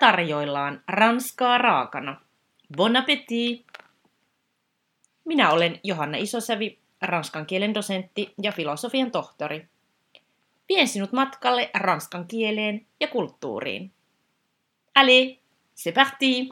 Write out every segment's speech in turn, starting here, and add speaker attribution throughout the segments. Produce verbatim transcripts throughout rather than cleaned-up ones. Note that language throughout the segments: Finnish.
Speaker 1: tarjoillaan ranskaa raakana. Bon appétit! Minä olen Johanna Isosävi, ranskan kielen dosentti ja filosofian tohtori. Vien sinut matkalle ranskan kieleen ja kulttuuriin. Allez, c'est parti!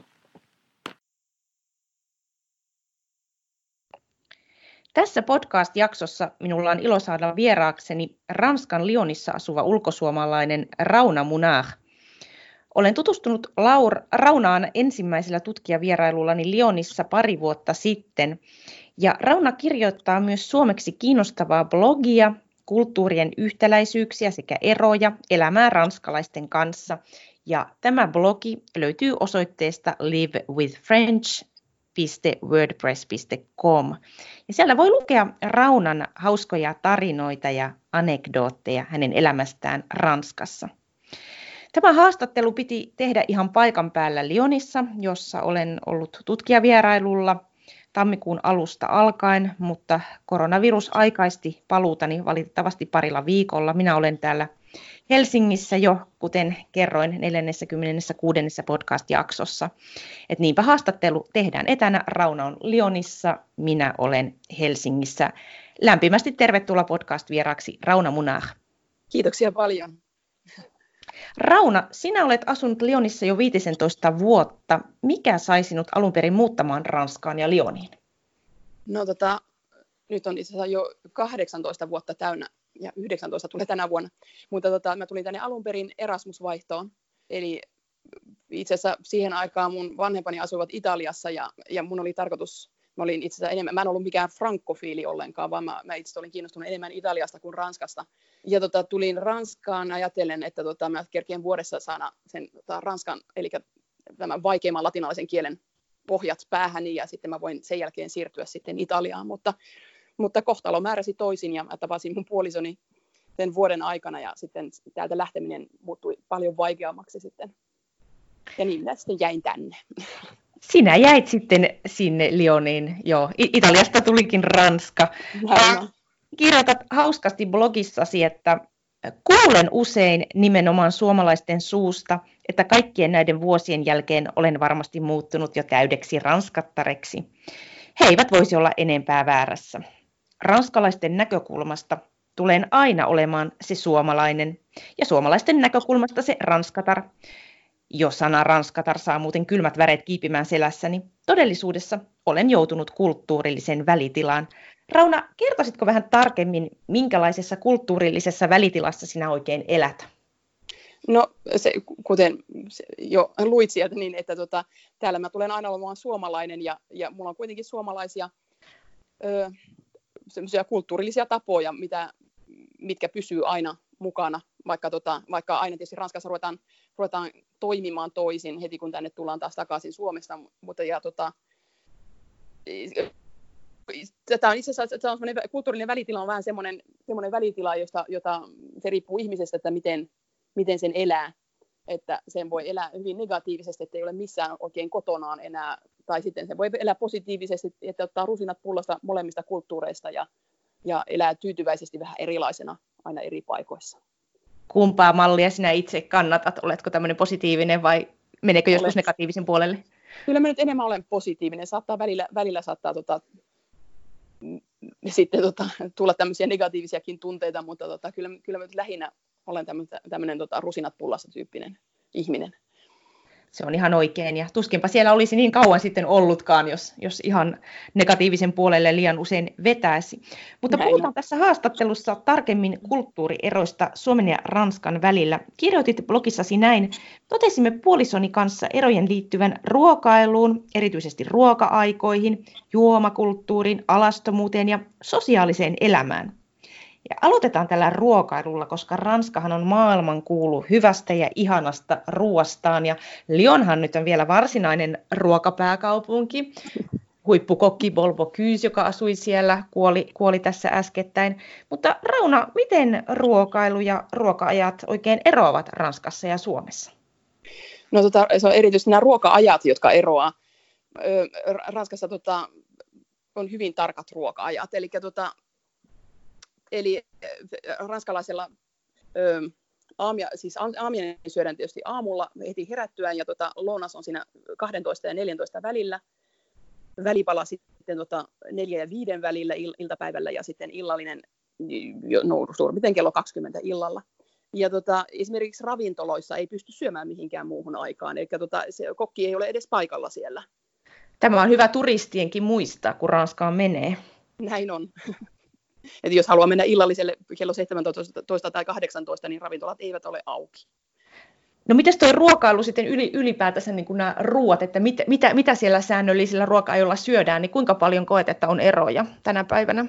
Speaker 1: Tässä podcast-jaksossa minulla on ilo saada vieraakseni Ranskan Lyonissa asuva ulkosuomalainen Rauna Munard. Olen tutustunut Laur, Raunaan ensimmäisellä tutkijavierailullani Lyonissa pari vuotta sitten. Ja Rauna kirjoittaa myös suomeksi kiinnostavaa blogia, kulttuurien yhtäläisyyksiä sekä eroja, elämää ranskalaisten kanssa. Ja tämä blogi löytyy osoitteesta live with french piste wordpress piste com. Ja siellä voi lukea Raunan hauskoja tarinoita ja anekdootteja hänen elämästään Ranskassa. Tämä haastattelu piti tehdä ihan paikan päällä Lyonissa, jossa olen ollut tutkijavierailulla tammikuun alusta alkaen, mutta koronavirus aikaisti paluutani valitettavasti parilla viikolla. Minä olen täällä Helsingissä jo, kuten kerroin neljäskymmeneskuudes podcast-jaksossa. Et niinpä haastattelu tehdään etänä. Rauna on Lyonissa, minä olen Helsingissä. Lämpimästi tervetuloa podcast-vieraaksi Rauna Munard.
Speaker 2: Kiitoksia paljon.
Speaker 1: Rauna, sinä olet asunut Lyonissa jo viisitoista vuotta. Mikä sai sinut alun perin muuttamaan Ranskaan ja Lyoniin?
Speaker 2: No tota, nyt on itse asiassa jo kahdeksantoista vuotta täynnä ja yhdeksäntoista tulee tänä vuonna. Mutta tota, mä tulin tänne alun perin Erasmus-vaihtoon. Eli itse asiassa siihen aikaan mun vanhempani asuivat Italiassa ja, ja mun oli tarkoitus, mä olin itse asiassa enemmän, mä en ollut mikään frankkofiili ollenkaan, vaan mä, mä itse olin kiinnostunut enemmän Italiasta kuin Ranskasta. Ja tota, tulin Ranskaan ajatellen, että tota, mä kerkeen vuodessa saada sen tota, Ranskan, eli tämän vaikeimman latinalaisen kielen pohjat päähäni, ja sitten mä voin sen jälkeen siirtyä sitten Italiaan. Mutta, mutta kohtalo määräsi toisin, ja mä tapasin mun puolisoni sen vuoden aikana, ja sitten täältä lähteminen muuttui paljon vaikeammaksi sitten. Ja niin minä sitten jäin tänne.
Speaker 1: Sinä jäit sitten sinne Lyoniin, joo. Italiasta tulikin Ranska.
Speaker 2: Näin.
Speaker 1: Kirjoitat hauskasti blogissasi, että kuulen usein nimenomaan suomalaisten suusta, että kaikkien näiden vuosien jälkeen olen varmasti muuttunut jo täydeksi ranskattareksi. He eivät voisi olla enempää väärässä. Ranskalaisten näkökulmasta tulen aina olemaan se suomalainen ja suomalaisten näkökulmasta se ranskatar. Jos sana ranskatar saa muuten kylmät väreet kiipimään selässäni, todellisuudessa olen joutunut kulttuurilliseen välitilaan. Rauna, kertoisitko vähän tarkemmin, minkälaisessa kulttuurillisessa välitilassa sinä oikein elät?
Speaker 2: No, se, kuten jo luit sieltä, niin että tota, täällä mä tulen aina olemaan suomalainen ja, ja mulla on kuitenkin suomalaisia ö, semmoisia kulttuurillisia tapoja, mitä, mitkä pysyy aina mukana, vaikka, tota, vaikka aina tietysti Ranskassa ruvetaan, ruvetaan toimimaan toisin heti, kun tänne tullaan taas takaisin Suomesta, mutta ja tota, Tämä on itse asiassa tämä on kulttuurillinen välitila on vähän semmoinen, semmoinen välitila, josta, jota se riippuu ihmisestä, että miten, miten sen elää. Että sen voi elää hyvin negatiivisesti, että ei ole missään oikein kotonaan enää. Tai sitten se voi elää positiivisesti, että ottaa rusinat pullasta molemmista kulttuureista ja, ja elää tyytyväisesti vähän erilaisena aina eri paikoissa.
Speaker 1: Kumpaa mallia sinä itse kannatat? Oletko tämmöinen positiivinen vai meneekö joskus Olet. negatiivisen puolelle?
Speaker 2: Kyllä mä nyt enemmän olen positiivinen. Saattaa välillä, välillä saattaa tota, sitten tota, tulla tämmöisiä negatiivisiakin tunteita, mutta tota, kyllä, kyllä mä nyt lähinnä olen tämmöinen tota, rusinat pullassa tyyppinen ihminen.
Speaker 1: Se on ihan oikein, ja tuskinpa siellä olisi niin kauan sitten ollutkaan, jos, jos ihan negatiivisen puolelle liian usein vetäisi. Mutta näin puhutaan on. Tässä haastattelussa tarkemmin kulttuurieroista Suomen ja Ranskan välillä. Kirjoitit blogissasi näin: totesimme puolisoni kanssa erojen liittyvän ruokailuun, erityisesti ruoka-aikoihin, juomakulttuuriin, alastomuuteen ja sosiaaliseen elämään. Ja aloitetaan tällä ruokailulla, koska Ranskahan on maailmankuulu hyvästä ja ihanasta ruoastaan. Ja Lyonhan nyt on vielä varsinainen ruokapääkaupunki. Huippukokki Paul Bocuse, joka asui siellä, kuoli, kuoli tässä äskettäin. Mutta Rauna, miten ruokailu ja ruoka-ajat oikein eroavat Ranskassa ja Suomessa?
Speaker 2: No tota, se on erityisesti nämä ruoka-ajat, jotka eroaa. Ranskassa tota, on hyvin tarkat ruoka-ajat, eli tota, Eli ranskalaisella ö, aamia, siis aamiainen syödään tietysti aamulla heti herättyään, ja tota, lounas on siinä kaksitoista ja neljätoista välillä. Välipala sitten tota, neljä ja viiden välillä il, iltapäivällä, ja sitten illallinen no, suurin piirtein kello kaksikymmentä illalla. Ja tota, esimerkiksi ravintoloissa ei pysty syömään mihinkään muuhun aikaan, eli tota, se kokki ei ole edes paikalla siellä.
Speaker 1: Tämä on hyvä turistienkin muistaa, kun Ranskaan menee.
Speaker 2: Näin on. Että jos haluaa mennä illalliselle kello seitsemäntoista tai kahdeksantoista, niin ravintolat eivät ole auki.
Speaker 1: No mitäs tuo ruokailu sitten ylipäätänsä, niin kuin nämä ruoat, että mit, mitä, mitä siellä säännöllisillä ruoka-ajoilla syödään, niin kuinka paljon koet, että on eroja tänä päivänä?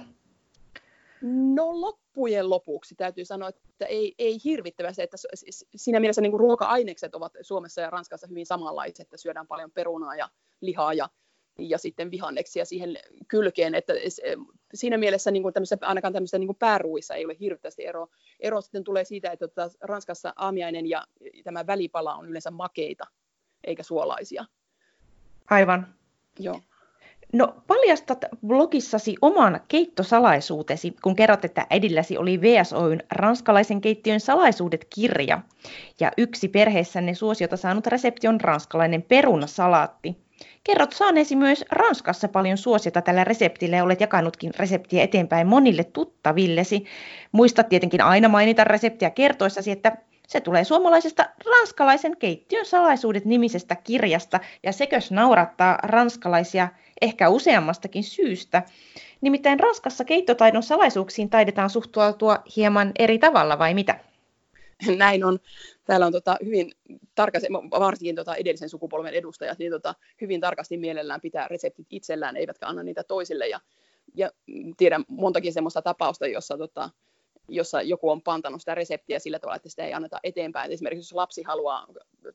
Speaker 2: No loppujen lopuksi täytyy sanoa, että ei, ei hirvittävästi, että siinä mielessä niin kuin ruoka-ainekset ovat Suomessa ja Ranskassa hyvin samanlaiset, että syödään paljon perunaa ja lihaa ja, ja sitten vihanneksia siihen kylkeen, että siinä mielessä niin kuin ainakaan tämmöistä niin kuin pääruuissa ei ole hirvittävästi ero. Ero sitten tulee siitä, että Ranskassa aamiainen ja tämä välipala on yleensä makeita eikä suolaisia.
Speaker 1: Aivan.
Speaker 2: Joo.
Speaker 1: No paljastat blogissasi oman keittosalaisuutesi, kun kerrot, että äidilläsi oli V S O:n ranskalaisen keittiön salaisuudet-kirja. Ja yksi perheessänne suosiota saanut resepti on ranskalainen perunasalaatti. Kerrot saaneesi myös Ranskassa paljon suosiota tällä reseptillä ja olet jakanutkin reseptiä eteenpäin monille tuttavillesi. Muistat tietenkin aina mainita reseptiä kertoessasi, että se tulee suomalaisesta ranskalaisen keittiön salaisuudet -nimisestä kirjasta, ja sekös naurattaa ranskalaisia ehkä useammastakin syystä. Nimittäin Ranskassa keittotaidon salaisuuksiin taidetaan suhtautua hieman eri tavalla, vai mitä?
Speaker 2: Näin on. Täällä on tota, hyvin tarkasti, varsinkin tota, edellisen sukupolven edustajat, niin tota, hyvin tarkasti mielellään pitää reseptit itsellään, eivätkä anna niitä toisille. Ja, ja tiedän montakin semmoista tapausta, jossa tota, jossa joku on pantanut sitä reseptiä sillä tavalla, että sitä ei anneta eteenpäin. Esimerkiksi jos lapsi haluaa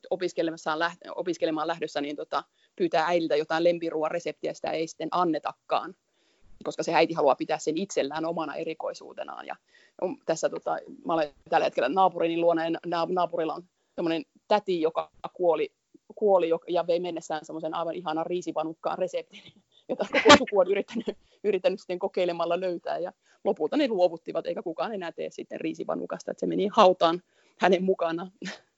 Speaker 2: opiskelemaan lähdössä, niin tota, pyytää äidiltä jotain lempiruoan reseptiä, sitä ei sitten annetakaan, koska se äiti haluaa pitää sen itsellään omana erikoisuutenaan. Ja tässä tota, mä olen tällä hetkellä naapurini luona, ja naapurilla on semmoinen täti, joka kuoli, kuoli ja vei mennessään semmoisen aivan ihanan riisipanukkaan reseptin, jota koko suku on yrittänyt, yrittänyt sitten kokeilemalla löytää, ja lopulta ne luovuttivat, eikä kukaan enää tee sitten riisipanukasta, että se meni hautaan hänen mukana.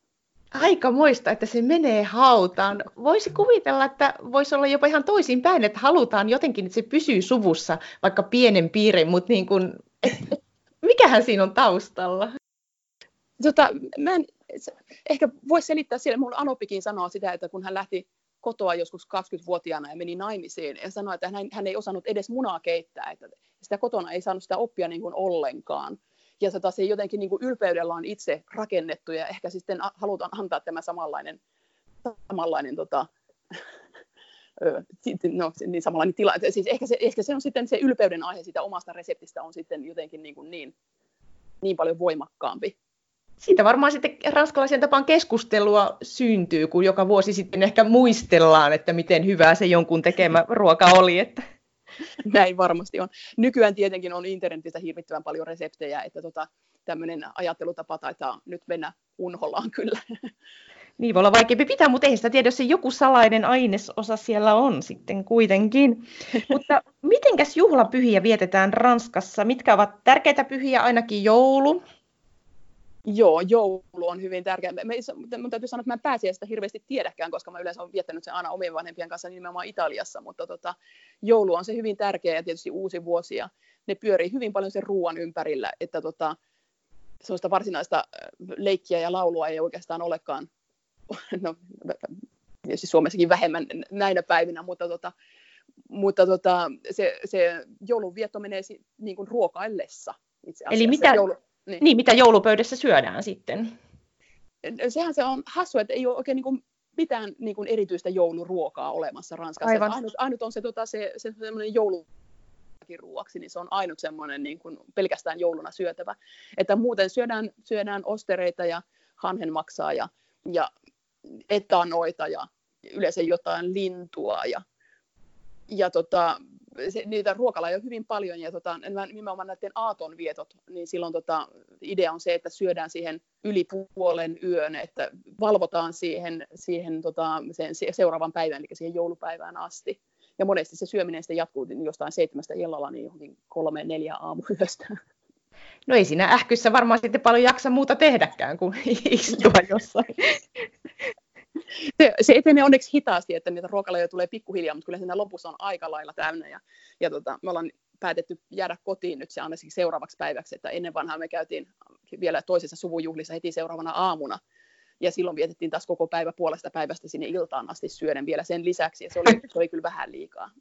Speaker 1: Aika moista, että se menee hautaan. Voisi kuvitella, että voisi olla jopa ihan toisinpäin, että halutaan jotenkin, että se pysyy suvussa, vaikka pienen piirin, mutta niin kuin, et, et, mikähän siinä on taustalla?
Speaker 2: Tota, mä en, ehkä voisi selittää siellä, mulla Anopikin sanoo sitä, että kun hän lähti kotoa joskus kaksikymmentävuotiaana ja meni naimisiin ja sanoi, että hän, hän ei osannut edes munaa keittää, että sitä kotona ei saanut sitä oppia niin kuin ollenkaan. Ja se taas ei jotenkin niin kuin ylpeydellä on itse rakennettu, ja ehkä sitten halutaan antaa tämä samanlainen, samanlainen tota, no, niin samanlainen tila. Siis ehkä, se, ehkä se on sitten se ylpeyden aihe siitä omasta reseptistä on sitten jotenkin niin, kuin niin, niin paljon voimakkaampi.
Speaker 1: Siitä varmaan sitten ranskalaisen tapaan keskustelua syntyy, kun joka vuosi sitten ehkä muistellaan, että miten hyvää se jonkun tekemä ruoka oli. Että.
Speaker 2: Näin varmasti on. Nykyään tietenkin on internetissä hirvittävän paljon reseptejä, että tota, tämmöinen ajattelutapa taitaa nyt mennä unhollaan kyllä.
Speaker 1: Niin voi olla vaikeampi pitää, mutta ei sitä tiedä, jos se joku salainen ainesosa siellä on sitten kuitenkin. Mutta mitenkäs juhlapyhiä vietetään Ranskassa? Mitkä ovat tärkeitä pyhiä, ainakin joulu?
Speaker 2: Joo, joulu on hyvin tärkeä. Minun täytyy sanoa, että mä en pääsiäistä hirveästi tiedäkään, koska mä yleensä olen viettänyt sen aina omien vanhempien kanssa nimenomaan Italiassa, mutta tota, joulu on se hyvin tärkeä ja tietysti uusi vuosi, ja ne pyörii hyvin paljon sen ruoan ympärillä, että tota, sellaista varsinaista leikkiä ja laulua ei oikeastaan olekaan, no tietysti Suomessakin vähemmän näinä päivinä, mutta, tota, mutta tota, se, se joulunvietto menee niin kuin ruokaillessa itse asiassa.
Speaker 1: Eli mitä... Joulu... Niin. niin, mitä joulupöydässä syödään sitten?
Speaker 2: Sehän se on hassua, että ei ole oikein niin kuin mitään niin kuin erityistä jouluruokaa olemassa Ranskassa. Ainut, ainut on se, tota, se, se semmoinen jouluruoksi, niin se on ainut semmoinen niin kuin pelkästään jouluna syötävä. Että muuten syödään, syödään ostereita ja hanhenmaksaa ja, ja etanoita ja yleensä jotain lintua ja, ja tota, se, niitä ruokalajeja on hyvin paljon, ja tota, nimenomaan näiden aatonvietot, niin silloin tota, idea on se, että syödään siihen yli puolen yön, että valvotaan siihen, siihen tota, sen seuraavan päivän, eli siihen joulupäivään asti. Ja monesti se syöminen sitten jatkuu jostain seitsemästä illalla niin johonkin kolme neljä aamuyöstä.
Speaker 1: No ei siinä ähkyssä varmaan sitten paljon jaksa muuta tehdäkään kuin istua jossain.
Speaker 2: Se, se etenee onneksi hitaasti, että niitä ruokaloja tulee pikkuhiljaa, mutta kyllä siinä lopussa on aika lailla täynnä. Ja, ja tota, me ollaan päätetty jäädä kotiin nyt se ainakin seuraavaksi päiväksi, että ennen vanhaa me käytiin vielä toisessa suvujuhlissa heti seuraavana aamuna. Ja silloin vietettiin taas koko päivä puolesta päivästä sinne iltaan asti syöden vielä sen lisäksi. Ja se oli, se oli kyllä vähän liikaa.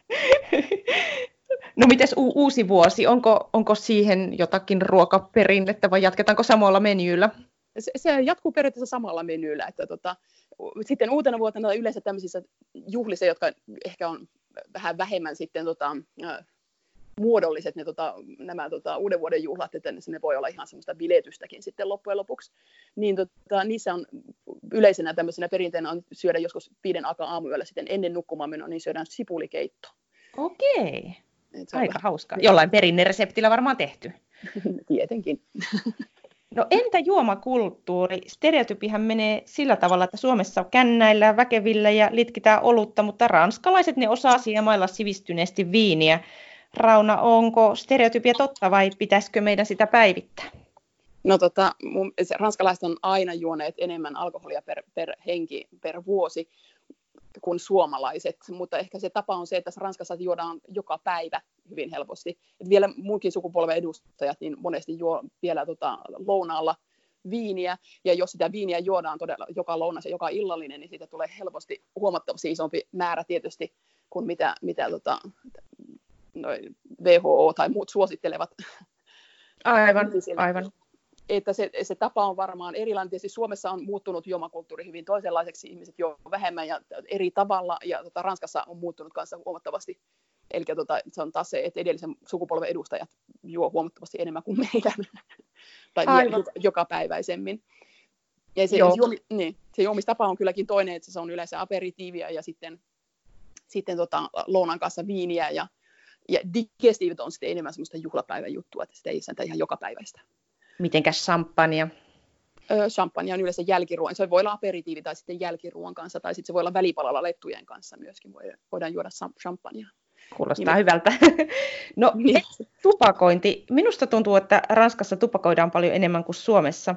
Speaker 1: No mites u- uusi vuosi? Onko, onko siihen jotakin ruokaperinnettä vai jatketaanko samalla menyllä?
Speaker 2: Se, se jatkuu periaatteessa samalla menyllä. Että tota, sitten uutena vuotena yleensä tämmöisissä juhlissa, jotka ehkä on vähän vähemmän sitten tota, äh, muodolliset ne, tota, nämä tota, uuden vuoden juhlat, että ne voi olla ihan semmoista biletystäkin sitten loppujen lopuksi, niin tota, niissä on yleisenä tämmöisenä perinteenä on syödä joskus viiden aikaan aamuyöllä sitten ennen nukkumaan menoa, niin syödään sipulikeitto.
Speaker 1: Okei, aika hauskaa. Jollain perinnereseptillä varmaan tehty.
Speaker 2: Tietenkin.
Speaker 1: No entä juomakulttuuri? Stereotypihän menee sillä tavalla, että Suomessa kännäillään väkevillä ja litkitään olutta, mutta ranskalaiset ne osaa siemailla sivistyneesti viiniä. Rauna, onko stereotypia totta vai pitäisikö meidän sitä päivittää?
Speaker 2: No tota, mun, ranskalaiset on aina juoneet enemmän alkoholia per, per henki per vuosi kuin suomalaiset, mutta ehkä se tapa on se, että Ranskassa juodaan joka päivä hyvin helposti. Et vielä munkin sukupolven edustajat niin monesti juo vielä tota, lounaalla viiniä, ja jos sitä viiniä juodaan todella joka lounas ja joka illallinen, niin siitä tulee helposti huomattavasti isompi määrä tietysti kuin mitä, mitä tota, W H O tai muut suosittelevat.
Speaker 1: Aivan, aivan.
Speaker 2: Että se, se tapa on varmaan erilainen. Tietysti Suomessa on muuttunut juomakulttuuri hyvin toisenlaiseksi, ihmiset juo vähemmän ja eri tavalla, ja tota, Ranskassa on muuttunut kanssa huomattavasti. Eli tota, se on taas se, että edellisen sukupolven edustajat juo huomattavasti enemmän kuin meidän, tai jokapäiväisemmin. Ja se, juomi, niin, se juomistapa on kylläkin toinen, että se on yleensä aperitiiviä ja sitten, sitten tota, lounan kanssa viiniä, ja, ja digestiivit on sitten enemmän semmoista juhlapäivän juttua, että sitä ei saa ihan jokapäiväistä.
Speaker 1: Mitenkäs champagnea?
Speaker 2: Öö, champagne on yleensä jälkiruoan. Se voi olla aperitiivi tai sitten jälkiruoan kanssa, tai sitten se voi olla välipalalla lettujen kanssa myöskin. Voidaan juoda champagnea.
Speaker 1: Kuulostaa niin, hyvältä. No, niin. Tupakointi. Minusta tuntuu, että Ranskassa tupakoidaan paljon enemmän kuin Suomessa.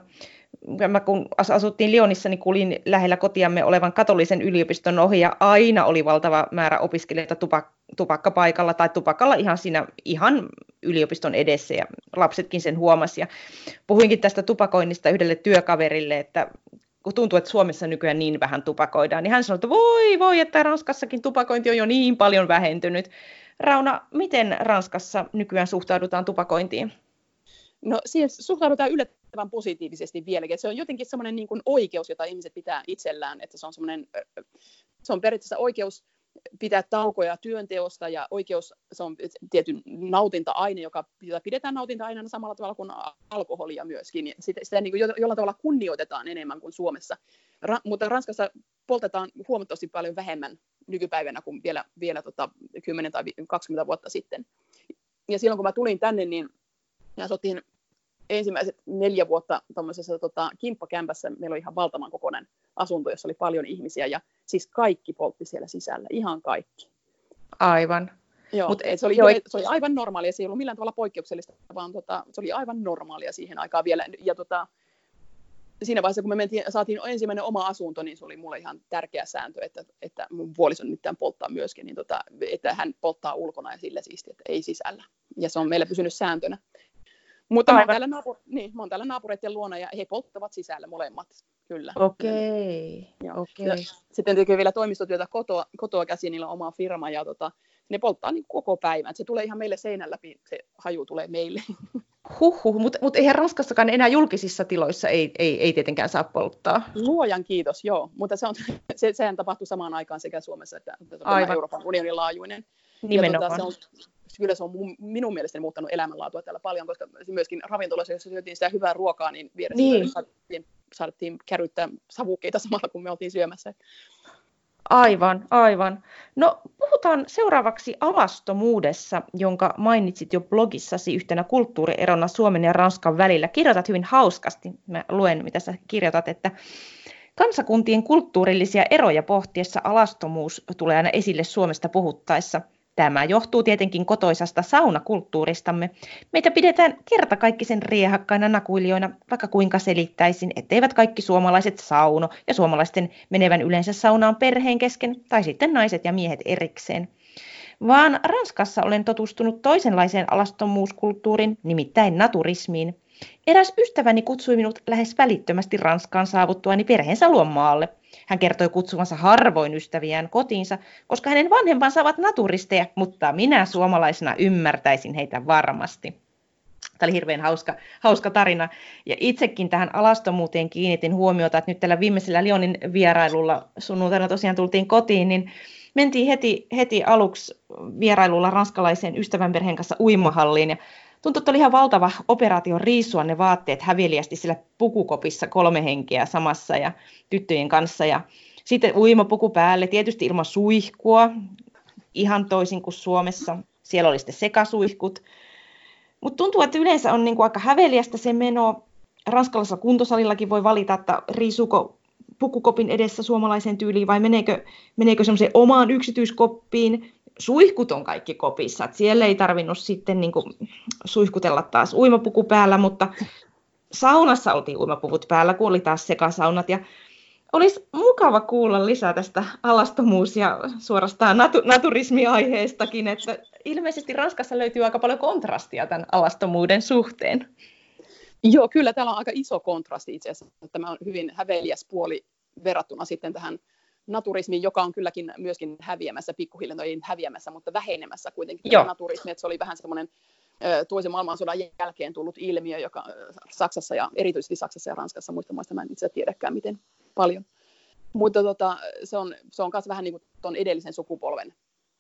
Speaker 1: Mä kun asuttiin Lyonissa, niin kuulin lähellä kotiamme olevan katolisen yliopiston ohi, ja aina oli valtava määrä opiskelijoita tupak- tupakkapaikalla tai tupakalla ihan siinä ihan yliopiston edessä, ja lapsetkin sen huomasi. Ja puhuinkin tästä tupakoinnista yhdelle työkaverille, että kun tuntuu, että Suomessa nykyään niin vähän tupakoidaan, niin hän sanoi, että voi voi, että Ranskassakin tupakointi on jo niin paljon vähentynyt. Rauna, miten Ranskassa nykyään suhtaudutaan tupakointiin?
Speaker 2: No siihen suhtaudutaan yllättävän positiivisesti vieläkin. Se on jotenkin semmoinen niin kuin oikeus, jota ihmiset pitää itsellään, että se on semmoinen, se on periaatteessa oikeus pitää taukoja työnteosta, ja oikeus, se on tietyn nautinta-aine, joka jota pidetään nautinta-aineena samalla tavalla kuin alkoholia myöskin. Ja sitä, sitä niin kuin jollain tavalla kunnioitetaan enemmän kuin Suomessa. Ra, mutta Ranskassa poltetaan huomattavasti paljon vähemmän nykypäivänä kuin vielä, vielä tota kymmenen tai kaksikymmentä vuotta sitten. Ja silloin kun mä tulin tänne, niin me asuttiin ensimmäiset neljä vuotta tuommoisessa tota, kimppakämpässä. Meillä oli ihan valtavan kokoinen asunto, jossa oli paljon ihmisiä, ja siis kaikki poltti siellä sisällä, ihan kaikki.
Speaker 1: Aivan.
Speaker 2: Joo, Mut, se, oli, jo, se oli aivan normaalia, se ei ollut millään tavalla poikkeuksellista, vaan tota, se oli aivan normaalia siihen aikaan vielä. Ja tota, siinä vaiheessa, kun me mentiin, saatiin ensimmäinen oma asunto, niin se oli mulle ihan tärkeä sääntö, että, että mun puolison mitään polttaa myöskin, niin tota, että hän polttaa ulkona ja sillä siistiä, että ei sisällä. Ja se on meillä pysynyt sääntönä. Mutta mä oon, täällä naapur- niin, mä oon täällä naapureiden luona, ja he polttavat sisällä molemmat, kyllä.
Speaker 1: Okei, okay. okay.
Speaker 2: Sitten tekee vielä toimistotyötä kotoa, kotoa käsin, niillä on oma firma, ja tota, ne polttaa niin koko päivän. Se tulee ihan meille seinän läpi, se haju tulee meille.
Speaker 1: Huhhuh, mutta mut eihän Ranskassakaan enää julkisissa tiloissa ei, ei, ei tietenkään saa polttaa.
Speaker 2: Luojan kiitos, joo, mutta se on, se, sehän tapahtuu samaan aikaan sekä Suomessa että, että Euroopan unionin laajuinen.
Speaker 1: Nimenomaan.
Speaker 2: Ja tota, se on, kyllä se on minun mielestäni muuttanut elämänlaatua täällä paljon, koska myöskin ravintolassa, jossa syötiin sitä hyvää ruokaa, niin vieressä niin. Saatiin, saatiin kärryttää savukkeita samalla, kun me oltiin syömässä.
Speaker 1: Aivan, aivan. No puhutaan seuraavaksi alastomuudessa, jonka mainitsit jo blogissasi yhtenä kulttuurierona Suomen ja Ranskan välillä. Kirjoitat hyvin hauskasti, mä luen mitä sä kirjoitat, että kansakuntien kulttuurillisia eroja pohtiessa alastomuus tulee aina esille Suomesta puhuttaessa. Tämä johtuu tietenkin kotoisasta saunakulttuuristamme. Meitä pidetään kertakaikkisen riehakkaina nakuilijoina, vaikka kuinka selittäisin, etteivät kaikki suomalaiset sauno ja suomalaisten menevän yleensä saunaan perheen kesken tai sitten naiset ja miehet erikseen. Vaan Ranskassa olen tutustunut toisenlaiseen alastomuuskulttuuriin, nimittäin naturismiin. Eräs ystäväni kutsui minut lähes välittömästi Ranskaan saavuttuani perheensä luon maalle. Hän kertoi kutsuvansa harvoin ystäviään kotiinsa, koska hänen vanhempansa ovat naturisteja, mutta minä suomalaisena ymmärtäisin heitä varmasti. Tämä oli hirveän hauska, hauska tarina. Ja itsekin tähän alastomuuteen kiinnitin huomiota, että nyt tällä viimeisellä Lyonin vierailulla sunnuntaina tosiaan tultiin kotiin, niin mentiin heti, heti aluksi vierailulla ranskalaisen ystävänperheen kanssa uimahalliin. Ja tuntui, että oli ihan valtava operaatio riisua ne vaatteet häveliästi sillä pukukopissa kolme henkeä samassa ja tyttöjen kanssa. Ja sitten uimapuku päälle, tietysti ilman suihkua, ihan toisin kuin Suomessa. Siellä oli sitten sekasuihkut. Mutta tuntuu, että yleensä on niinku aika häveliästä se meno. Ranskalaisella kuntosalillakin voi valita, että riisuuko pukukopin edessä suomalaisen tyyliin vai meneekö, meneekö semmoiseen omaan yksityiskoppiin. Suihkut on kaikki kopissa, että siellä ei tarvinnut sitten niin kuin suihkutella taas uimapuku päällä, mutta saunassa oltiin uimapuvut päällä, kun oli taas sekasaunat. Ja olisi mukava kuulla lisää tästä alastomuus- ja suorastaan natu- naturismiaiheestakin, että ilmeisesti Ranskassa löytyy aika paljon kontrastia tämän alastomuuden suhteen.
Speaker 2: Joo, kyllä täällä on aika iso kontrasti itse asiassa. Tämä on hyvin häveliäs puoli verrattuna sitten tähän naturismiin, joka on kylläkin myöskin häviämässä, pikkuhiljaa no ei häviämässä, mutta vähenemässä kuitenkin tämä naturismi, että se oli vähän semmoinen toisen maailmansodan jälkeen tullut ilmiö, joka Saksassa ja erityisesti Saksassa ja Ranskassa, muista maista mä en itse tiedäkään miten paljon. Mutta tota, se on se on myös vähän niin kuin tuon edellisen sukupolven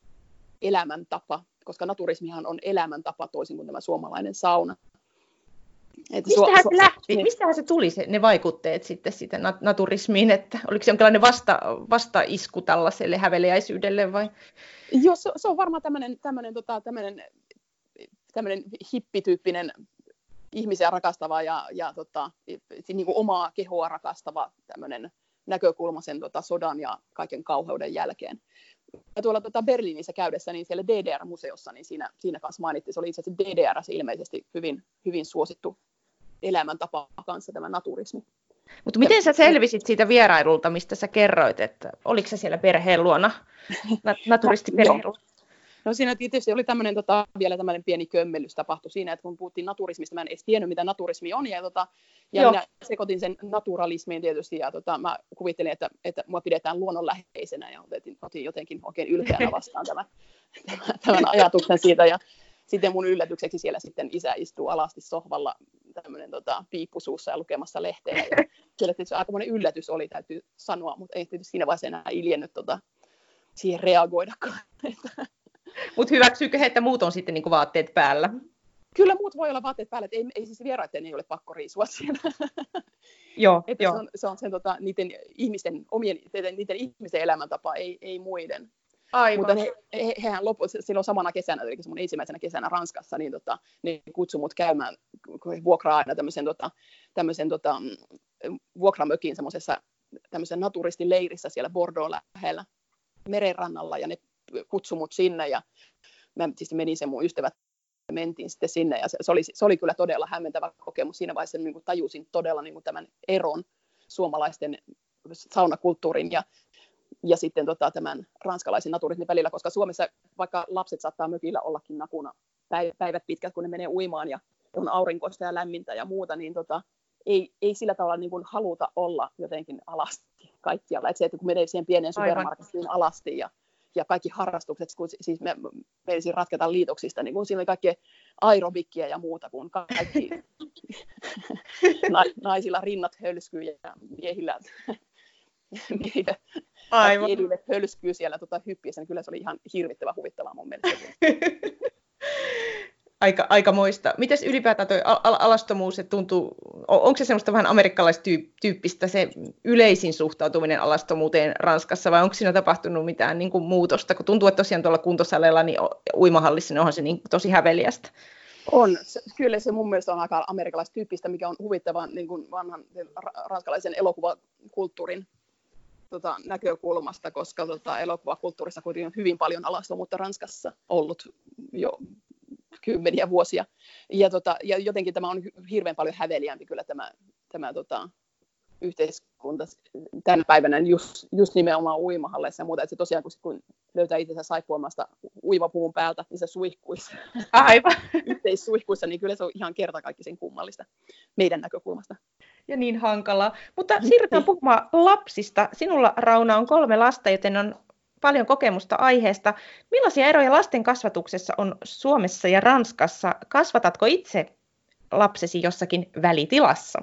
Speaker 2: elämäntapa, koska naturismihan on elämäntapa toisin kuin tämä suomalainen sauna.
Speaker 1: Mistähän se lähti? Niin. Mistähän se tuli se, ne vaikutteet sitten siitä naturismiin, että oliko se jonkinlainen vasta, vastaisku tällaiselle häveliäisyydelle vai?
Speaker 2: Joo, se, se on varmaan tämmöinen, tämmöinen, tota, tämmöinen, tämmöinen hippityyppinen ihmisiä rakastava ja, ja tota, niin kuin omaa kehoa rakastava tämmöinen näkökulma sen tota, sodan ja kaiken kauheuden jälkeen. Ja tuolla tota Berliinissä käydessä, niin siellä D D R-museossa, niin siinä, siinä kanssa mainittiin, se oli itse asiassa D D R:ssä ilmeisesti hyvin, hyvin suosittu elämäntapa kanssa tämä naturismi.
Speaker 1: Mutta miten sä selvisit siitä vierailulta, mistä sä kerroit, että oliko sä siellä perheen luona, naturistiperheen luona?
Speaker 2: No siinä tietysti oli tämmöinen, tota, vielä tämmöinen pieni kömmellys tapahtui siinä, että kun puhuttiin naturismista, mä en edes tiennyt, mitä naturismi on, ja, tota, ja minä sekoitin sen naturalismiin tietysti, ja tota, mä kuvittelin, että, että mua pidetään luonnonläheisenä, ja otin, otin jotenkin oikein ylpeänä vastaan tämän, tämän ajatuksen siitä, ja sitten mun yllätykseksi siellä sitten isä istuu alasti sohvalla tämmöinen tota, piippusuussa ja lukemassa lehteä, ja siellä tietysti aikamoinen yllätys oli, täytyy sanoa, mutta ei tietysti siinä vaiheessa enää iljennyt tota, siihen reagoidakaan.
Speaker 1: Mutta hyväksyykö he, että muut on sitten niinku vaatteet päällä?
Speaker 2: Kyllä muut voi olla vaatteet päällä, että ei, ei siis vieraiden ei ole pakko riisua siellä.
Speaker 1: Joo,
Speaker 2: että
Speaker 1: jo.
Speaker 2: Se on, se on sen, tota, niiden, ihmisten, omien, niiden ihmisten elämäntapa, ei, ei muiden.
Speaker 1: Aivan.
Speaker 2: Mutta he, he, hehän lopu, silloin samana kesänä, eli mun ensimmäisenä kesänä Ranskassa, niin tota, ne kutsui mut käymään, kun he vuokraa aina tämmöisen, tota, tämmöisen tota, vuokramökin semmoisessa tämmöisen naturistileirissä siellä Bordeaux lähellä merenrannalla, ja ne kutsui mut sinne, ja mä siis menin sen mun ystävät, mentiin sitten sinne, ja se, se, oli, se oli kyllä todella hämmentävä kokemus. Siinä vaiheessa niin kuin tajusin todella niin kuin tämän eron suomalaisten saunakulttuurin ja, ja sitten tota, tämän ranskalaisen naturismin välillä, koska Suomessa vaikka lapset saattaa mökillä ollakin nakuna päivät pitkät, kun ne menee uimaan ja on aurinkoista ja lämmintä ja muuta, niin tota, ei, ei sillä tavalla niin kuin haluta olla jotenkin alasti kaikkialla. Et se, että kun menee siihen pieneen supermarkettiin alasti ja ja kaikki harrastukset, kun siis me meidän ratketa liitoksista, niin kun siinä oli kaikkea aerobikkiä ja muuta, kun kaikki naisilla rinnat hölskyy ja miehillä, miehillä kaikki edilet hölskyy siellä tota, hyppiessä, niin kyllä se oli ihan hirvittävän huvittavaa mun mielestä.
Speaker 1: Aika, aika moista. Mites ylipäätään tuo al- alastomuus, se tuntuu, onko se semmoista vähän amerikkalaistyyppistä se yleisin suhtautuminen alastomuuteen Ranskassa, vai onko siinä tapahtunut mitään niin kuin muutosta, kun tuntuu, että tosiaan tuolla kuntosalilla niin uimahallissa niin onhan se niin tosi häveliästä.
Speaker 2: On, se, kyllä se mun mielestä on aika amerikkalaistyyppistä, mikä on huvittava niin kuin vanhan ranskalaisen elokuvakulttuurin tota, näkökulmasta, koska tota, elokuvakulttuurissa kuitenkin on hyvin paljon alastomuutta Ranskassa ollut jo kymmeniä vuosia. Ja, tota, ja jotenkin tämä on hirveän paljon häveliämpi kyllä tämä, tämä tota, yhteiskunta tänä päivänä just, just nimenomaan uimahalleissa ja muuta. Että se tosiaan, kun, kun löytää itsensä saippuamasta uimapuvun päältä, niin se suihkuissa,
Speaker 1: aivan.
Speaker 2: yhteissuihkuissa, niin kyllä se on ihan kertakaikkisen kummallista meidän näkökulmasta.
Speaker 1: Ja niin hankalaa. Mutta siirrytään puhumaan lapsista. Sinulla, Rauna, on kolme lasta, joten on paljon kokemusta aiheesta. Millaisia eroja lasten kasvatuksessa on Suomessa ja Ranskassa? Kasvatatko itse lapsesi jossakin välitilassa?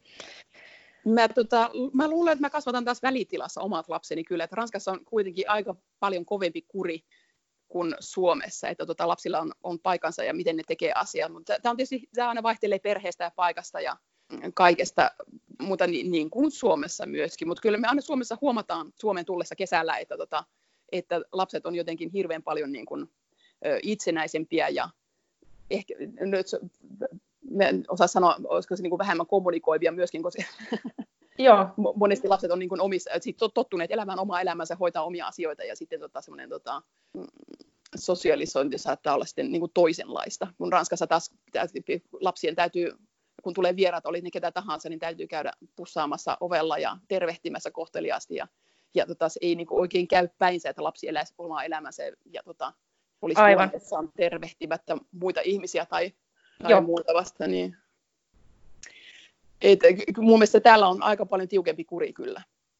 Speaker 2: Mä, tota, mä luulen, että mä kasvatan taas välitilassa omat lapseni kyllä. Että Ranskassa on kuitenkin aika paljon kovempi kuri kuin Suomessa, että tota, lapsilla on, on paikansa ja miten ne tekee asiat. Mutta tämä on tietysti, tämä aina vaihtelee perheestä ja paikasta ja kaikesta, mutta niin, niin kuin Suomessa myöskin. Mutta kyllä me aina Suomessa huomataan Suomen tullessa kesällä, että, tota, että lapset on jotenkin hirveän paljon niin kuin, ö, itsenäisempiä ja ehkä nyt mä en osaa sanoa, olisiko se niin kuin vähemmän kommunikoivia myöskin, koska
Speaker 1: Joo.
Speaker 2: monesti lapset on niin kuin omissa, tottuneet elämään omaa elämänsä, hoitaa omia asioita ja sitten tota, semmoinen tota, sosialisointi saattaa olla sitten niin kuin toisenlaista. Kun Ranskassa taas lapsien täytyy, kun tulee vieraat, oli ne ketä tahansa, niin täytyy käydä pussaamassa ovella ja tervehtimässä kohteliaasti ja, ja tota, se ei niin kuin oikein käy päinsä, että lapsi eläisi omaa elämänsä ja tota, olisi huoneessaan tervehtimättä muita ihmisiä tai tai muuta vasta, niin et, mun mielestä täällä on aika paljon tiukempi kuri kyllä.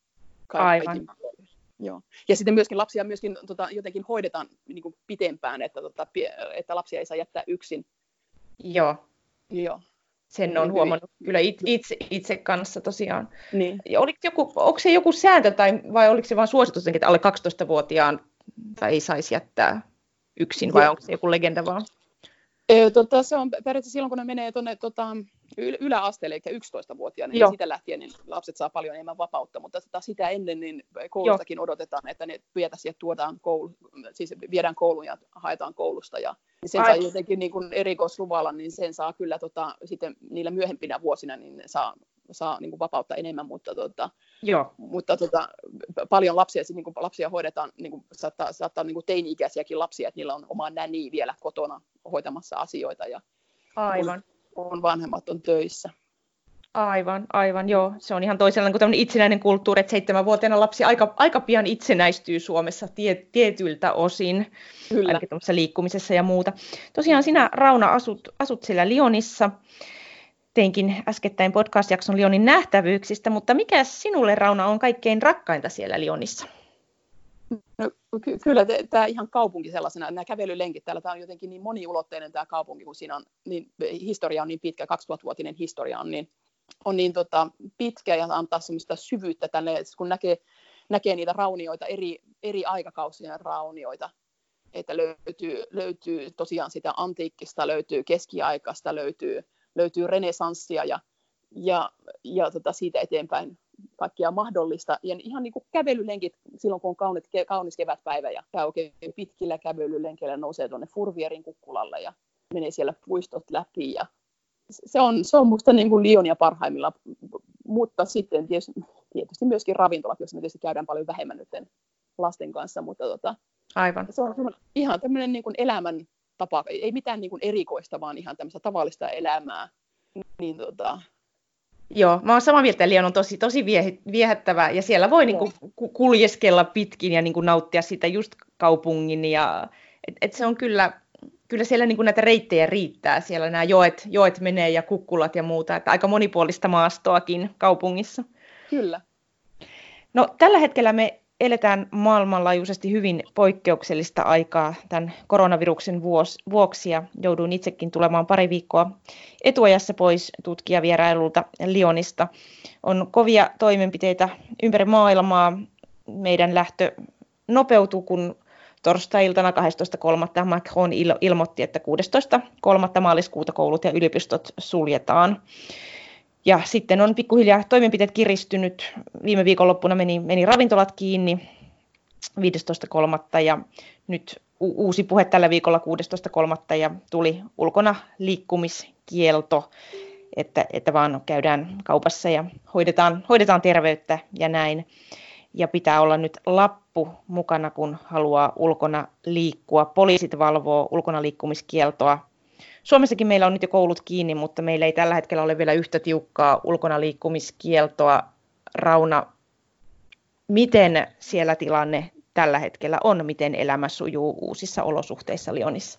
Speaker 1: Aivan.
Speaker 2: Joo. Ja sitten myöskin lapsia myöskin tota, jotenkin hoidetaan niin kuin pitempään, että, tota, että lapsia ei saa jättää yksin.
Speaker 1: Joo.
Speaker 2: Joo.
Speaker 1: Sen on huomannut kyllä itse, itse kanssa tosiaan.
Speaker 2: Niin.
Speaker 1: Ja oliko, joku, onko se joku sääntö tai vai oliko se vain suositus, että alle kaksitoistavuotiaan tai ei saisi jättää yksin vai Joo. onko se joku legenda vaan?
Speaker 2: E, tota, se on periaatteessa silloin, kun ne menee tuonne tota, yläasteelle, eli yksitoistavuotiaana, niin sitä lähtien niin lapset saa paljon enemmän vapautta, mutta tota, sitä ennen niin koulustakin Joo. odotetaan, että ne vietäisiin ja tuodaan koulu, siis viedään kouluun ja haetaan koulusta. Ja sen Ai. saa jotenkin niin kuin erikoisluvalla, niin sen saa kyllä tota, sitten niillä myöhempinä vuosina, niin ne saa, saa niin kuin vapautta enemmän, mutta, tota,
Speaker 1: Joo.
Speaker 2: mutta tota, paljon lapsia, siis, niin kuin lapsia hoidetaan, niin kuin, saattaa, saattaa niin kuin teini-ikäisiäkin lapsia, että niillä on oma näni vielä kotona hoitamassa asioita ja
Speaker 1: aivan.
Speaker 2: On vanhemmat on töissä.
Speaker 1: Aivan, aivan, joo. Se on ihan toisenlainen kuin tämmöinen itsenäinen kulttuuri, että seitsemänvuotiaana lapsi aika, aika pian itsenäistyy Suomessa tie, tietyiltä osin,
Speaker 2: Kyllä.
Speaker 1: ainakin tuossa liikkumisessa ja muuta. Tosiaan sinä, Rauna, asut, asut siellä Lyonissa. Teinkin äskettäin podcast-jakson Lyonin nähtävyyksistä, mutta mikä sinulle, Rauna, on kaikkein rakkainta siellä Lyonissa?
Speaker 2: No, ky- kyllä tämä ihan kaupunki sellaisena, nämä kävelylenkit täällä, tämä on jotenkin niin moniulotteinen tämä kaupunki, kun siinä on niin, historia on niin pitkä, kaksituhattavuotinen historia on niin, on niin tota, pitkä ja antaa semmoista syvyyttä tänne, kun näkee, näkee niitä raunioita, eri, eri aikakausien raunioita, että löytyy, löytyy tosiaan sitä antiikkista, löytyy keskiaikaista, löytyy, löytyy renesanssia ja, ja, ja tota, siitä eteenpäin kaikkia mahdollista. Ja ihan niin kuin kävelylenkit silloin, kun on kaunis, kaunis kevätpäivä ja käy oikein pitkillä kävelylenkeillä, nousee tuonne Furvierin kukkulalle ja menee siellä puistot läpi. Ja se on, se on musta niin kuin Lyonia parhaimmilla, mutta sitten tietysti, tietysti myöskin ravintolat, joissa me tietysti käydään paljon vähemmän nyt lasten kanssa, mutta tota,
Speaker 1: Aivan.
Speaker 2: se on ihan tämmöinen niin kuin elämän tapa, ei mitään niin kuin erikoista, vaan ihan tämmöistä tavallista elämää. Niin, tota,
Speaker 1: Joo, mä oon samaa mieltä, Lyon on tosi, tosi viehättävä ja siellä voi niinku kuljeskella pitkin ja niinku nauttia sitä just kaupungin. Ja, et, et se on kyllä, kyllä siellä niinku näitä reittejä riittää, siellä nämä joet, joet menee ja kukkulat ja muuta, että aika monipuolista maastoakin kaupungissa.
Speaker 2: Kyllä.
Speaker 1: No tällä hetkellä me eletään maailmanlaajuisesti hyvin poikkeuksellista aikaa tämän koronaviruksen vuoksi ja jouduin itsekin tulemaan pari viikkoa etuajassa pois tutkijavierailulta Lyonista. On kovia toimenpiteitä ympäri maailmaa. Meidän lähtö nopeutuu, kun torstai-iltana kahdestoista kolmatta Macron ilmoitti, että kuudestoista kolmatta maaliskuuta koulut ja yliopistot suljetaan. Ja sitten on pikkuhiljaa toimenpiteet kiristynyt. Viime viikonloppuna meni, meni ravintolat kiinni viidestoista kolmatta ja nyt u- uusi puhe tällä viikolla kuudestoista kolmatta ja tuli ulkona liikkumiskielto, että, että vaan käydään kaupassa ja hoidetaan, hoidetaan terveyttä ja näin. ja pitää olla nyt lappu mukana, kun haluaa ulkona liikkua. Poliisit valvoo ulkona liikkumiskieltoa. Suomessakin meillä on nyt jo koulut kiinni, mutta meillä ei tällä hetkellä ole vielä yhtä tiukkaa ulkona liikkumiskieltoa. Rauna, miten siellä tilanne tällä hetkellä on? Miten elämä sujuu uusissa olosuhteissa Lyonissa?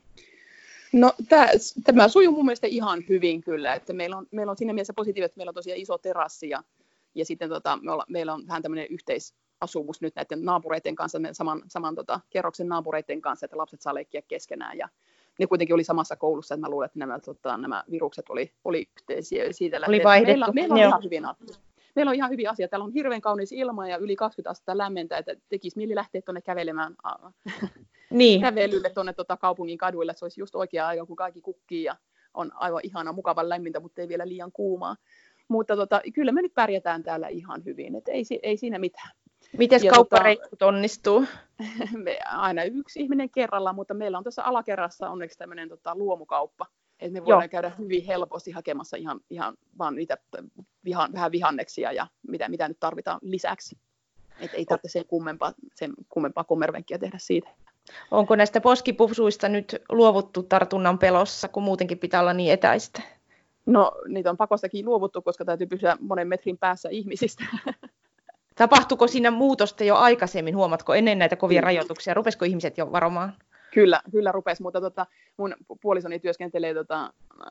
Speaker 2: No tämä, tämä sujuu mun mielestä ihan hyvin kyllä, että meillä on, meillä on siinä mielessä positiivista, että meillä on tosiaan iso terassi ja, ja sitten tota, me olla, meillä on vähän tämmöinen yhteisasumus nyt näiden naapureiden kanssa, saman, saman tota, kerroksen naapureiden kanssa, että lapset saa leikkiä keskenään ja ne kuitenkin oli samassa koulussa, että mä luulen, että nämä, tota, nämä virukset oli, oli yhteisiä siitä
Speaker 1: oli vaihdettu.
Speaker 2: Meillä, meillä on ihan hyvin Meillä on ihan hyviä asioita. Täällä on hirveän kaunis ilma ja yli kaksikymmentä astetta lämmintä, että tekisi mieli lähteä tuonne kävelemään niin. kävelylle tuonne tota, kaupungin kaduille. Se olisi just oikea aika, kun kaikki kukkii ja on aivan ihana, mukavan lämmintä, mutta ei vielä liian kuumaa. Mutta tota, kyllä me nyt pärjätään täällä ihan hyvin, että ei, ei siinä mitään.
Speaker 1: Miten kauppareissut onnistuu?
Speaker 2: Me, aina yksi ihminen kerrallaan, mutta meillä on tuossa alakerrassa onneksi tämmöinen tota, luomukauppa. Että me voidaan Joo. käydä hyvin helposti hakemassa ihan, ihan vaan niitä vihan, vähän vihanneksia ja mitä, mitä nyt tarvitaan lisäksi. Että ei tarvitse sen kummempaa, sen kummempaa kommervenkkiä tehdä siitä.
Speaker 1: Onko näistä poskipupsuista nyt luovuttu tartunnan pelossa, kun muutenkin pitää olla niin etäistä?
Speaker 2: No niitä on pakostakin luovuttu, koska täytyy pysyä monen metrin päässä ihmisistä.
Speaker 1: Tapahtuiko siinä muutosta jo aikaisemmin, huomatko, ennen näitä kovia rajoituksia? Rupesiko ihmiset jo varomaan?
Speaker 2: Kyllä, kyllä rupesi, mutta tota, mun puolisoni työskentelee tota,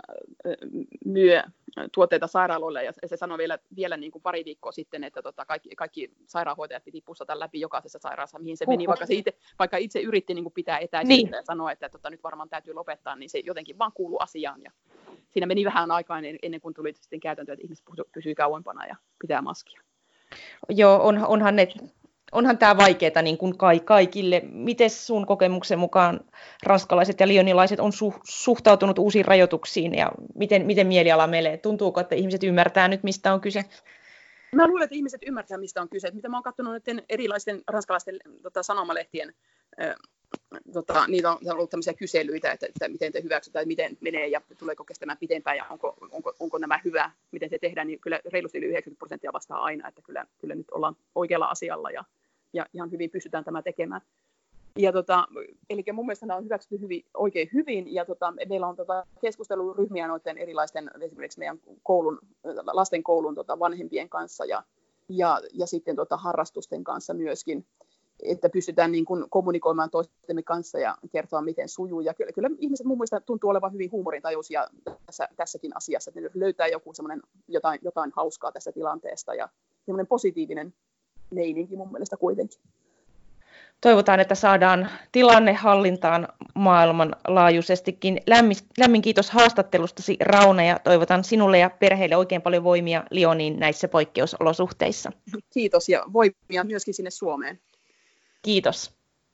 Speaker 2: myö tuotteita sairaaloille ja se sanoi vielä, vielä niin kuin pari viikkoa sitten, että tota, kaikki, kaikki sairaanhoitajat piti pussata läpi jokaisessa sairaalassa, mihin se meni, uh-huh. vaikka, se itse, vaikka itse yritti niin kuin pitää etäisyyttä niin. ja sanoi, että tota, nyt varmaan täytyy lopettaa, niin se jotenkin vaan kuului asiaan ja siinä meni vähän aikaa ennen kuin tuli sitten käytäntö, että ihmiset pysyy kauempana ja pitää maskia.
Speaker 1: Joo, on, onhan ne... Onhan tämä vaikeaa niin kuin kaikille. Miten sun kokemuksen mukaan ranskalaiset ja lyonilaiset on su- suhtautunut uusiin rajoituksiin ja miten, miten mieliala melee? Tuntuuko, että ihmiset ymmärtää nyt, mistä on kyse?
Speaker 2: Mä luulen, että ihmiset ymmärtää, mistä on kyse. Mitä mä oon katsonut näiden erilaisten ranskalaisten tota, sanomalehtien, äh, tota, niitä on ollut tämmöisiä kyselyitä, että, että miten te hyväksytään, miten menee ja tuleeko kestämään pitempään ja onko, onko, onko nämä hyvä, miten se tehdään, niin kyllä reilusti yli yhdeksänkymmentä prosenttia vastaa aina, että kyllä, kyllä nyt ollaan oikealla asialla ja, ja ihan hyvin pystytään tämä tekemään. Ja tota, eli mun mielestä nämä on hyväksytty hyvin, oikein hyvin, ja tota, meillä on tota keskusteluryhmiä noiden erilaisten, esimerkiksi meidän koulun, lasten koulun tota vanhempien kanssa ja, ja, ja sitten tota harrastusten kanssa myöskin, että pystytään niin kuin kommunikoimaan toistemme kanssa ja kertoa, miten sujuu. Ja kyllä, kyllä ihmiset mun mielestä tuntuu olevan hyvin huumorintajuisia tässä, tässäkin asiassa, että ne löytää joku semmoinen jotain, jotain hauskaa tästä tilanteesta ja semmoinen positiivinen meininki mun mielestä kuitenkin.
Speaker 1: Toivotaan, että saadaan tilanne hallintaan maailmanlaajuisestikin. Lämmin, lämmin kiitos haastattelustasi, Rauna, ja toivotan sinulle ja perheelle oikein paljon voimia Lyoniin näissä poikkeusolosuhteissa.
Speaker 2: Kiitos ja voimia myöskin sinne Suomeen.
Speaker 1: Kiitos.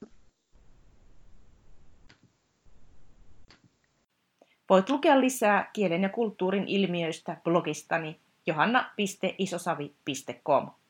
Speaker 1: Voit lukea lisää kielen ja kulttuurin ilmiöistä blogistani johanna piste isosavi piste com.